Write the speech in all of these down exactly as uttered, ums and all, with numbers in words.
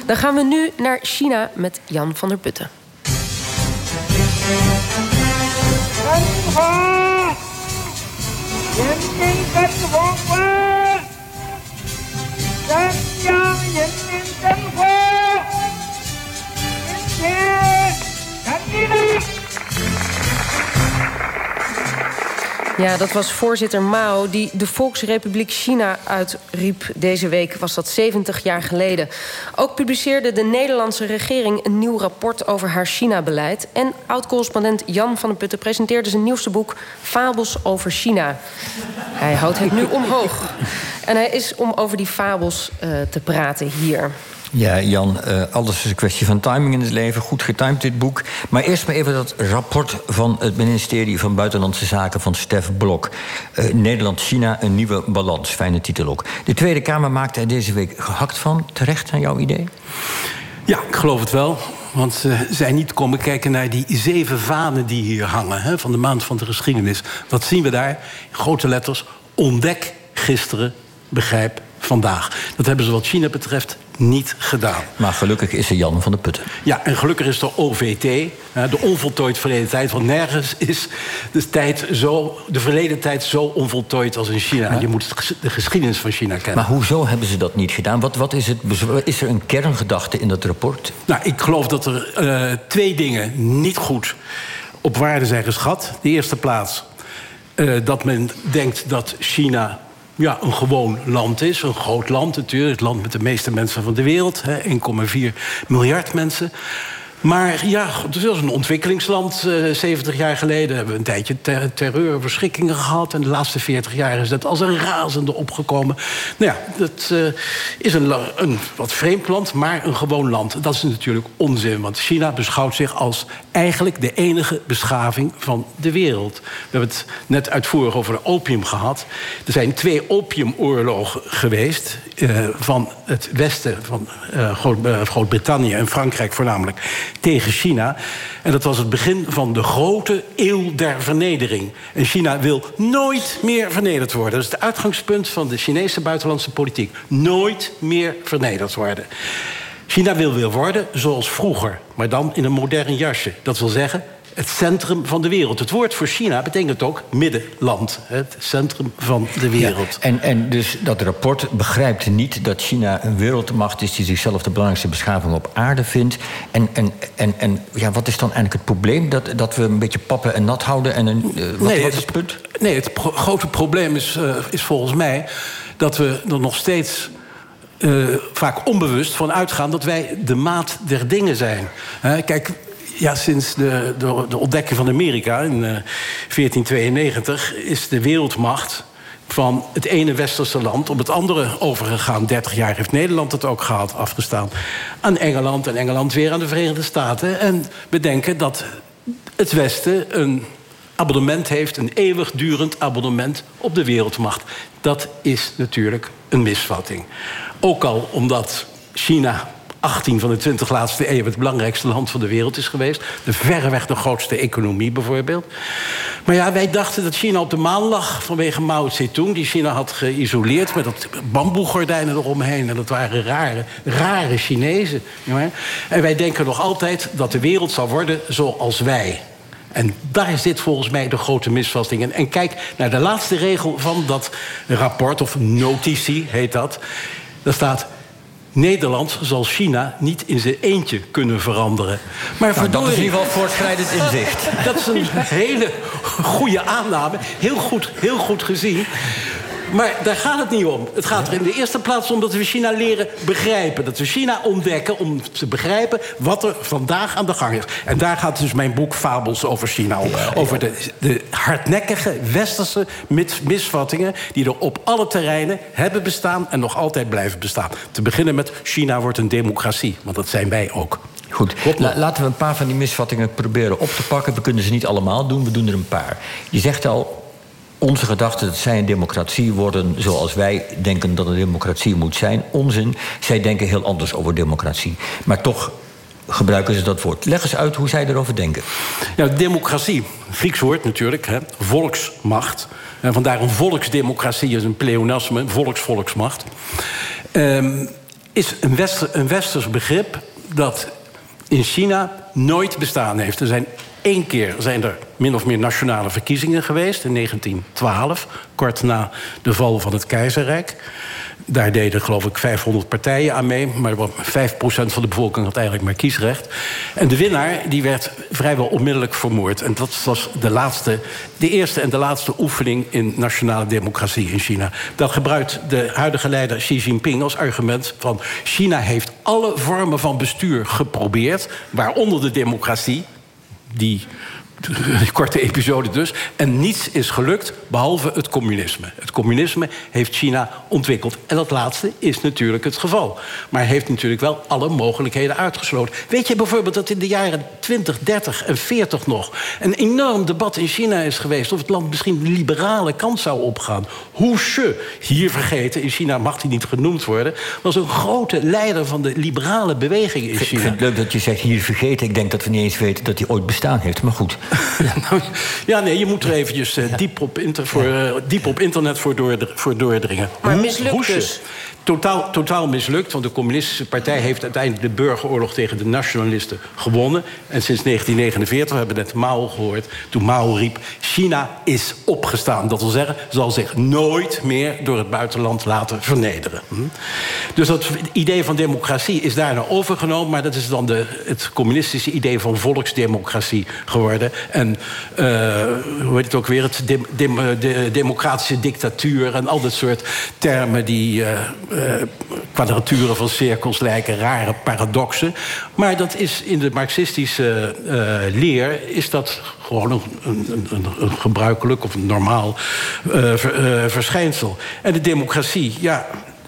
Dan gaan we nu naar China met Jan van der Putten. Ja, dat was voorzitter Mao die de Volksrepubliek China uitriep. Deze week was dat zeventig jaar geleden. Ook publiceerde de Nederlandse regering een nieuw rapport over haar China-beleid. En oud-correspondent Jan van der Putten presenteerde zijn nieuwste boek Fabels over China. Hij houdt het nu omhoog. En hij is om over die fabels uh, te praten hier. Ja, Jan, uh, alles is een kwestie van timing in het leven. Goed getimed, dit boek. Maar eerst maar even dat rapport van het ministerie van Buitenlandse Zaken van Stef Blok. Uh, Nederland-China, een nieuwe balans. Fijne titel ook. De Tweede Kamer maakte er deze week gehakt van. Terecht, naar jouw idee? Ja, ik geloof het wel. Want ze zijn niet komen kijken naar die zeven vanen die hier hangen. Hè, van de maand van de geschiedenis. Wat zien we daar? Grote letters. Ontdek gisteren, begrijp vandaag. Dat hebben ze wat China betreft niet gedaan. Maar gelukkig is er Jan van der Putten. Ja, en gelukkig is er O V T, de onvoltooid verleden tijd. Want nergens is de, tijd zo, de verleden tijd zo onvoltooid als in China. Ja. Je moet de geschiedenis van China kennen. Maar hoezo hebben ze dat niet gedaan? Wat, wat is, het, is er een kerngedachte in dat rapport? Nou, ik geloof dat er uh, twee dingen niet goed op waarde zijn geschat. De eerste plaats, uh, dat men denkt dat China ja, een gewoon land is. Een groot land natuurlijk. Het land met de meeste mensen van de wereld. één komma vier miljard mensen. Maar ja, het is een ontwikkelingsland. Uh, zeventig jaar geleden hebben we een tijdje ter terreur, verschrikkingen gehad. En de laatste veertig jaar is dat als een razende opgekomen. Nou ja, dat uh, is een, een wat vreemd land, maar een gewoon land. Dat is natuurlijk onzin, want China beschouwt zich als eigenlijk de enige beschaving van de wereld. We hebben het net uitvoerig over de opium gehad. Er zijn twee opiumoorlogen geweest uh, van het westen, van uh, Groot, uh, Groot-Brittannië en Frankrijk voornamelijk, tegen China. En dat was het begin van de grote eeuw der vernedering. En China wil nooit meer vernederd worden. Dat is het uitgangspunt van de Chinese buitenlandse politiek. Nooit meer vernederd worden. China wil weer worden zoals vroeger, maar dan in een modern jasje. Dat wil zeggen, het centrum van de wereld. Het woord voor China betekent ook middenland. Het centrum van de wereld. Ja, en, en dus dat rapport begrijpt niet dat China een wereldmacht is die zichzelf de belangrijkste beschaving op aarde vindt. En, en, en, en ja, wat is dan eigenlijk het probleem? Dat, dat we een beetje pappen en nat houden? En een, uh, wat, nee, wat is het, het punt? Nee, het pro- grote probleem is, uh, is volgens mij dat we er nog steeds Uh, vaak onbewust van uitgaan dat wij de maat der dingen zijn. Uh, kijk, ja, sinds de, de, de ontdekking van Amerika in uh, veertien tweeënnegentig is de wereldmacht van het ene westerse land op het andere overgegaan. dertig jaar heeft Nederland het ook gehad, afgestaan aan Engeland en Engeland weer aan de Verenigde Staten. En we denken dat het Westen een abonnement heeft, een eeuwigdurend abonnement op de wereldmacht. Dat is natuurlijk een misvatting. Ook al omdat China achttien van de twintig laatste eeuwen het belangrijkste land van de wereld is geweest. De verreweg de grootste economie bijvoorbeeld. Maar ja, wij dachten dat China op de maan lag vanwege Mao Zedong, die China had geïsoleerd met dat bamboegordijnen eromheen. En dat waren rare, rare Chinezen. En wij denken nog altijd dat de wereld zal worden zoals wij. En daar zit volgens mij de grote misvatting in. En kijk naar de laatste regel van dat rapport, of notitie heet dat. Daar staat: Nederland zal China niet in zijn eentje kunnen veranderen. Maar nou, dat is in ieder geval voortschrijdend inzicht. Dat is een hele goede aanname. Heel goed, heel goed gezien. Maar daar gaat het niet om. Het gaat er in de eerste plaats om dat we China leren begrijpen. Dat we China ontdekken om te begrijpen wat er vandaag aan de gang is. En daar gaat dus mijn boek Fabels over China om. Over de, de hardnekkige westerse misvattingen die er op alle terreinen hebben bestaan en nog altijd blijven bestaan. Te beginnen met China wordt een democratie, want dat zijn wij ook. Goed, La, laten we een paar van die misvattingen proberen op te pakken. We kunnen ze niet allemaal doen, we doen er een paar. Je zegt al, onze gedachte dat zij een democratie worden zoals wij denken dat een democratie moet zijn. Onzin. Zij denken heel anders over democratie. Maar toch gebruiken ze dat woord. Leg eens uit hoe zij erover denken. Ja, democratie, Grieks woord natuurlijk, hè, volksmacht. En vandaar een volksdemocratie is een pleonasme, volks-volksmacht. Um, is een, Wester, een westers begrip dat in China nooit bestaan heeft. Er zijn één keer zijn er min of meer nationale verkiezingen geweest, in negentien twaalf, kort na de val van het keizerrijk. Daar deden, geloof ik, vijfhonderd partijen aan mee, maar vijf procent van de bevolking had eigenlijk maar kiesrecht. En de winnaar die werd vrijwel onmiddellijk vermoord. En dat was de, laatste, de eerste en de laatste oefening in nationale democratie in China. Dat gebruikt de huidige leider Xi Jinping als argument van China heeft alle vormen van bestuur geprobeerd, waaronder de democratie, die korte episode dus. En niets is gelukt behalve het communisme. Het communisme heeft China ontwikkeld. En dat laatste is natuurlijk het geval. Maar heeft natuurlijk wel alle mogelijkheden uitgesloten. Weet je bijvoorbeeld dat in de jaren twintig, dertig en veertig nog een enorm debat in China is geweest of het land misschien de liberale kant zou opgaan. Hu Shi, hier vergeten, in China mag hij niet genoemd worden, was een grote leider van de liberale beweging in China. Ik vind het leuk dat je zegt hier vergeten. Ik denk dat we niet eens weten dat hij ooit bestaan heeft. Maar goed. Ja, nee, je moet er eventjes uh, diep, op inter, voor, uh, diep op internet voor, doordr voor doordringen. Maar mislukt dus? Totaal, totaal mislukt, want de communistische partij heeft uiteindelijk de burgeroorlog tegen de nationalisten gewonnen. En sinds negentien negenenveertig, we hebben net Mao gehoord, toen Mao riep, China is opgestaan. Dat wil zeggen, zal zich nooit meer door het buitenland laten vernederen. Hm? Dus dat idee van democratie is daarna overgenomen, maar dat is dan de, het communistische idee van volksdemocratie geworden. En uh, hoe heet het ook weer, het de, de, de democratische dictatuur en al dat soort termen die Uh, Uh, kwadraturen van cirkels lijken, rare paradoxen. Maar dat is in de marxistische uh, leer is dat gewoon een, een, een, een gebruikelijk of een normaal uh, ver, uh, verschijnsel. En de democratie, ja,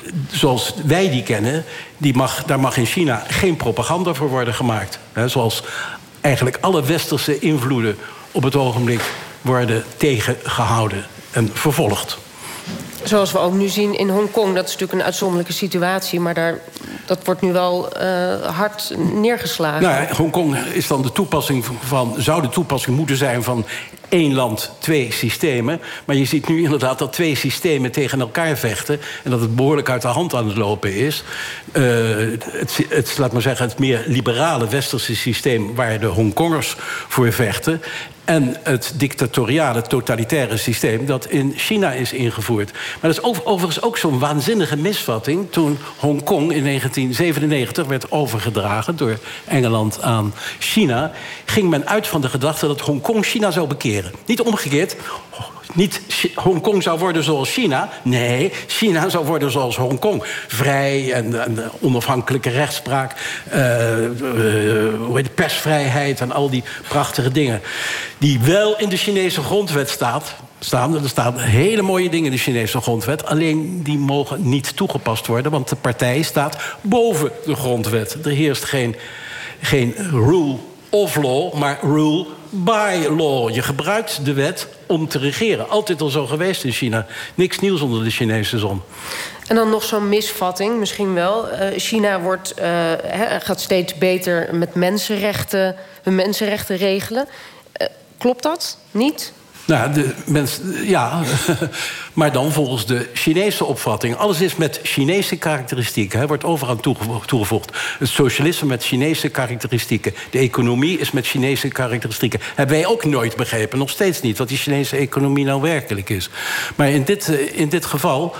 zoals wij die kennen, die mag, daar mag in China geen propaganda voor worden gemaakt. He, zoals eigenlijk alle westerse invloeden op het ogenblik worden tegengehouden en vervolgd. Zoals we ook nu zien in Hongkong. Dat is natuurlijk een uitzonderlijke situatie, maar daar, dat wordt nu wel uh, hard neergeslagen. Nou ja, Hongkong is dan de toepassing van, zou de toepassing moeten zijn van één land, twee systemen. Maar je ziet nu inderdaad dat twee systemen tegen elkaar vechten en dat het behoorlijk uit de hand aan het lopen is. Uh, het, het, laat maar zeggen, het meer liberale westerse systeem waar de Hongkongers voor vechten, en het dictatoriale, totalitaire systeem dat in China is ingevoerd. Maar dat is overigens ook zo'n waanzinnige misvatting. Toen Hongkong in negentien zevenennegentig werd overgedragen door Engeland aan China, ging men uit van de gedachte dat Hongkong China zou bekeren. Niet omgekeerd. Niet Hongkong zou worden zoals China. Nee, China zou worden zoals Hongkong. Vrij en, en onafhankelijke rechtspraak, uh, uh, hoe heet het, persvrijheid en al die prachtige dingen. Die wel in de Chinese grondwet staat. Staan. Er staan hele mooie dingen in de Chinese grondwet. Alleen die mogen niet toegepast worden, want de partij staat boven de grondwet. Er heerst geen, geen rule of law, maar rule by law. Je gebruikt de wet om te regeren. Altijd al zo geweest in China. Niks nieuws onder de Chinese zon. En dan nog zo'n misvatting, misschien wel. Uh, China wordt, uh, he, gaat steeds beter met mensenrechten, hun mensenrechten regelen. Uh, klopt dat? Niet? Nou, de mens, ja, maar dan volgens de Chinese opvatting. Alles is met Chinese karakteristieken. Hè, wordt overal toegevoegd. Het socialisme met Chinese karakteristieken. De economie is met Chinese karakteristieken. Hebben wij ook nooit begrepen, nog steeds niet, wat die Chinese economie nou werkelijk is. Maar in dit, in dit geval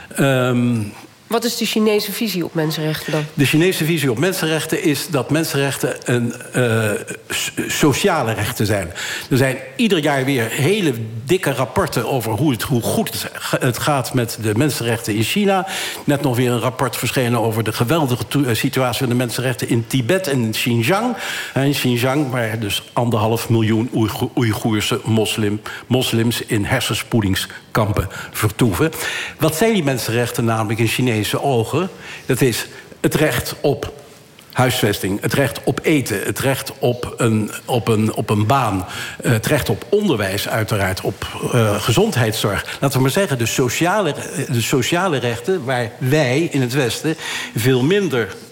Um, Wat is de Chinese visie op mensenrechten dan? De Chinese visie op mensenrechten is dat mensenrechten een uh, sociale rechten zijn. Er zijn ieder jaar weer hele dikke rapporten over hoe, het, hoe goed het gaat met de mensenrechten in China. Net nog weer een rapport verschenen over de geweldige situatie van de mensenrechten in Tibet en in Xinjiang. In Xinjiang, waar dus anderhalf miljoen Oeigoerse moslim, moslims in hersenspoelingskampen vertoeven. Wat zijn die mensenrechten namelijk in Chinese ogen? Dat is het recht op huisvesting, het recht op eten, het recht op een, op een, op een baan, het recht op onderwijs uiteraard, op uh, gezondheidszorg. Laten we maar zeggen, de sociale, de sociale rechten waar wij in het Westen veel minder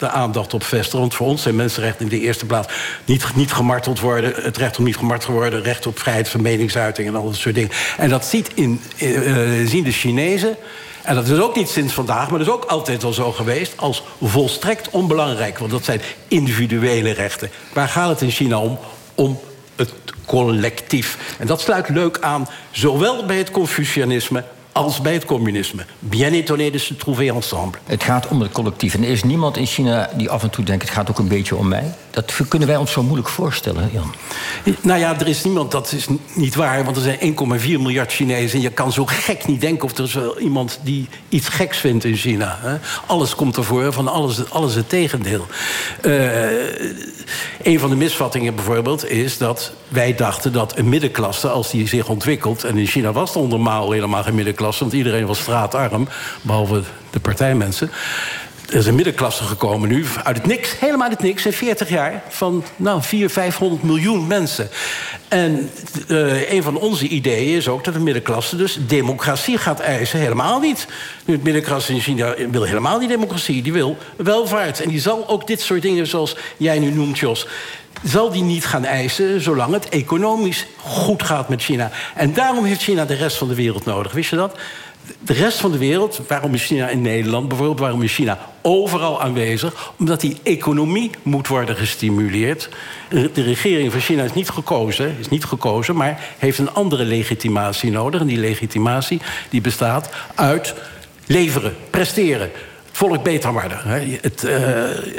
de aandacht op vestigen. Want voor ons zijn mensenrechten in de eerste plaats niet, niet gemarteld worden, het recht om niet gemarteld te worden, recht op vrijheid van meningsuiting en al dat soort dingen. En dat ziet in, uh, zien de Chinezen, en dat is ook niet sinds vandaag, maar dat is ook altijd al zo geweest, als volstrekt onbelangrijk. Want dat zijn individuele rechten. Waar gaat het in China om? Om het collectief. En dat sluit leuk aan, zowel bij het Confucianisme als bij het communisme. Bien étonné de se trouver ensemble. Het gaat om het collectief. En er is niemand in China die af en toe denkt, het gaat ook een beetje om mij. Dat kunnen wij ons zo moeilijk voorstellen, Jan. Nou ja, er is niemand, dat is niet waar, want er zijn één komma vier miljard Chinezen. En je kan zo gek niet denken of er is wel iemand die iets geks vindt in China. Hè? Alles komt ervoor, van alles, alles het tegendeel. Uh, een van de misvattingen bijvoorbeeld is dat wij dachten dat een middenklasse, als die zich ontwikkelt, en in China was het onder Mao helemaal geen middenklasse, want iedereen was straatarm, behalve de partijmensen. Er is een middenklasse gekomen nu, uit het niks, helemaal uit het niks, in veertig jaar, van nou, vierhonderd, vijfhonderd miljoen mensen. En uh, een van onze ideeën is ook dat de middenklasse dus democratie gaat eisen. Helemaal niet. Nu, de middenklasse in China wil helemaal niet democratie, die wil welvaart. En die zal ook dit soort dingen, zoals jij nu noemt, Jos, zal die niet gaan eisen zolang het economisch goed gaat met China. En daarom heeft China de rest van de wereld nodig. Wist je dat? De rest van de wereld, waarom is China in Nederland bijvoorbeeld, waarom is China overal aanwezig? Omdat die economie moet worden gestimuleerd. De regering van China is niet gekozen, is niet gekozen, maar heeft een andere legitimatie nodig. En die legitimatie die bestaat uit leveren, presteren. Volk beter worden. Hè? Het, uh,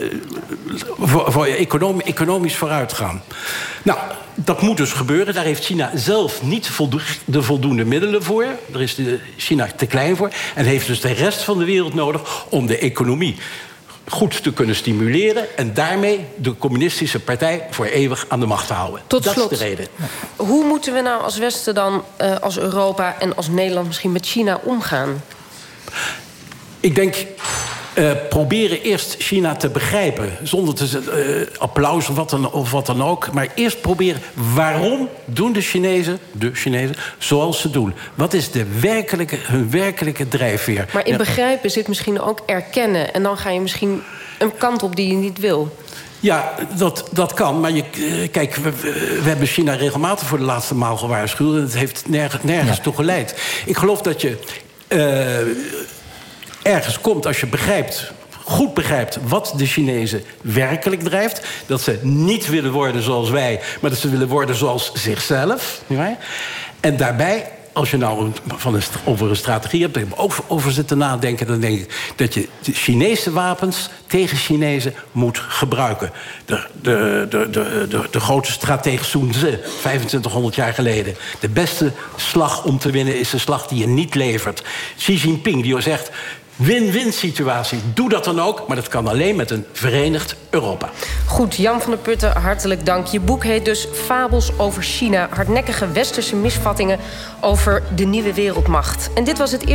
voor, voor econom, economisch vooruitgaan. Nou, dat moet dus gebeuren. Daar heeft China zelf niet voldo- de voldoende middelen voor. Daar is de China te klein voor. En heeft dus de rest van de wereld nodig om de economie goed te kunnen stimuleren en daarmee de communistische partij voor eeuwig aan de macht te houden. Tot dat slot, is de reden. Hoe moeten we nou als Westen dan, uh, als Europa en als Nederland misschien met China omgaan? Ik denk, uh, proberen eerst China te begrijpen. Zonder te uh, applaus of wat, dan, of wat dan ook. Maar eerst proberen, waarom doen de Chinezen, de Chinezen, zoals ze doen? Wat is de werkelijke, hun werkelijke drijfveer? Maar in ja. begrijpen zit misschien ook erkennen. En dan ga je misschien een kant op die je niet wil. Ja, dat, dat kan. Maar je, kijk, we, we hebben China regelmatig voor de laatste maal gewaarschuwd. En het heeft nergens, nergens ja. toe geleid. Ik geloof dat je Uh, ergens komt als je begrijpt, goed begrijpt wat de Chinezen werkelijk drijft. Dat ze niet willen worden zoals wij, maar dat ze willen worden zoals zichzelf. En daarbij, als je nou van een, over een strategie hebt, daar ook over zitten nadenken, dan denk ik dat je de Chinese wapens tegen Chinezen moet gebruiken. De, de, de, de, de, de grote stratege Sun Tzu, vijfentwintighonderd jaar geleden. De beste slag om te winnen is de slag die je niet levert. Xi Jinping, die zegt, win-win situatie. Doe dat dan ook, maar dat kan alleen met een verenigd Europa. Goed, Jan van der Putten, hartelijk dank. Je boek heet dus Fabels over China. Hardnekkige westerse misvattingen over de nieuwe wereldmacht. En dit was het eerste.